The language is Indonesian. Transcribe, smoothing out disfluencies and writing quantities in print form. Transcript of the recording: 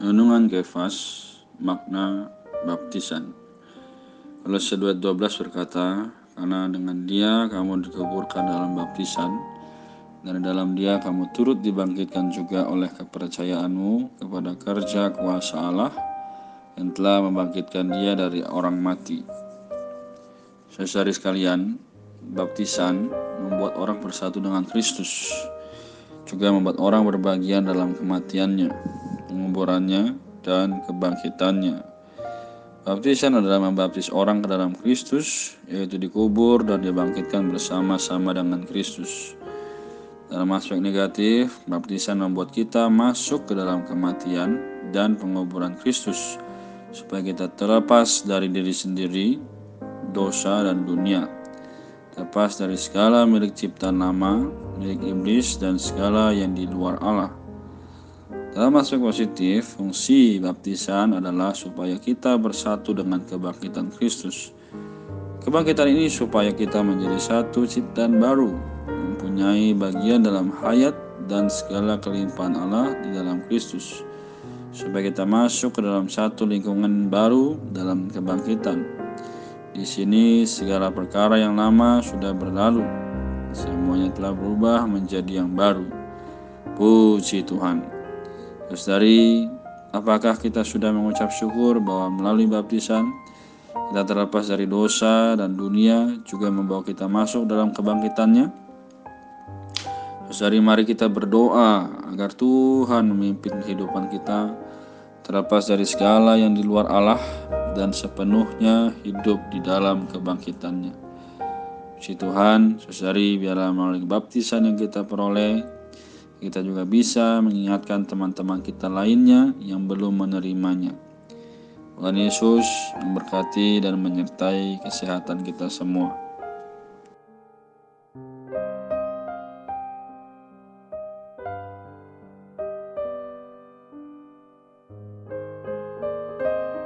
Renungan Kefas, makna baptisan. Kolose 2:12 berkata, karena dengan dia kamu dikuburkan dalam baptisan, dan dalam dia kamu turut dibangkitkan juga oleh kepercayaanmu kepada kerja kuasa Allah yang telah membangkitkan dia dari orang mati. Saudari sekalian, baptisan membuat orang bersatu dengan Kristus, juga membuat orang berbagian dalam kematiannya, penguburannya, dan kebangkitannya. Baptisan adalah membaptis orang ke dalam Kristus, yaitu dikubur dan dibangkitkan bersama-sama dengan Kristus. Dalam aspek negatif, baptisan membuat kita masuk ke dalam kematian dan penguburan Kristus, supaya kita terlepas dari diri sendiri, dosa, dan dunia, lepas dari segala milik ciptaan lama, milik iblis, dan segala yang di luar Allah. Dalam aspek positif, fungsi baptisan adalah supaya kita bersatu dengan kebangkitan Kristus. Kebangkitan ini supaya kita menjadi satu ciptaan baru, mempunyai bagian dalam hayat dan segala kelimpahan Allah di dalam Kristus, supaya kita masuk ke dalam satu lingkungan baru dalam kebangkitan. Di sini segala perkara yang lama sudah berlalu, semuanya telah berubah menjadi yang baru. Puji Tuhan. Saudari, apakah kita sudah mengucap syukur bahwa melalui baptisan kita terlepas dari dosa dan dunia, juga membawa kita masuk dalam kebangkitannya? Saudari, mari kita berdoa agar Tuhan memimpin kehidupan kita terlepas dari segala yang di luar Allah dan sepenuhnya hidup di dalam kebangkitannya. Puji Tuhan, saudari, biarlah melalui baptisan yang kita peroleh, kita juga bisa mengingatkan teman-teman kita lainnya yang belum menerimanya. Tuhan Yesus memberkati dan menyertai kesehatan kita semua.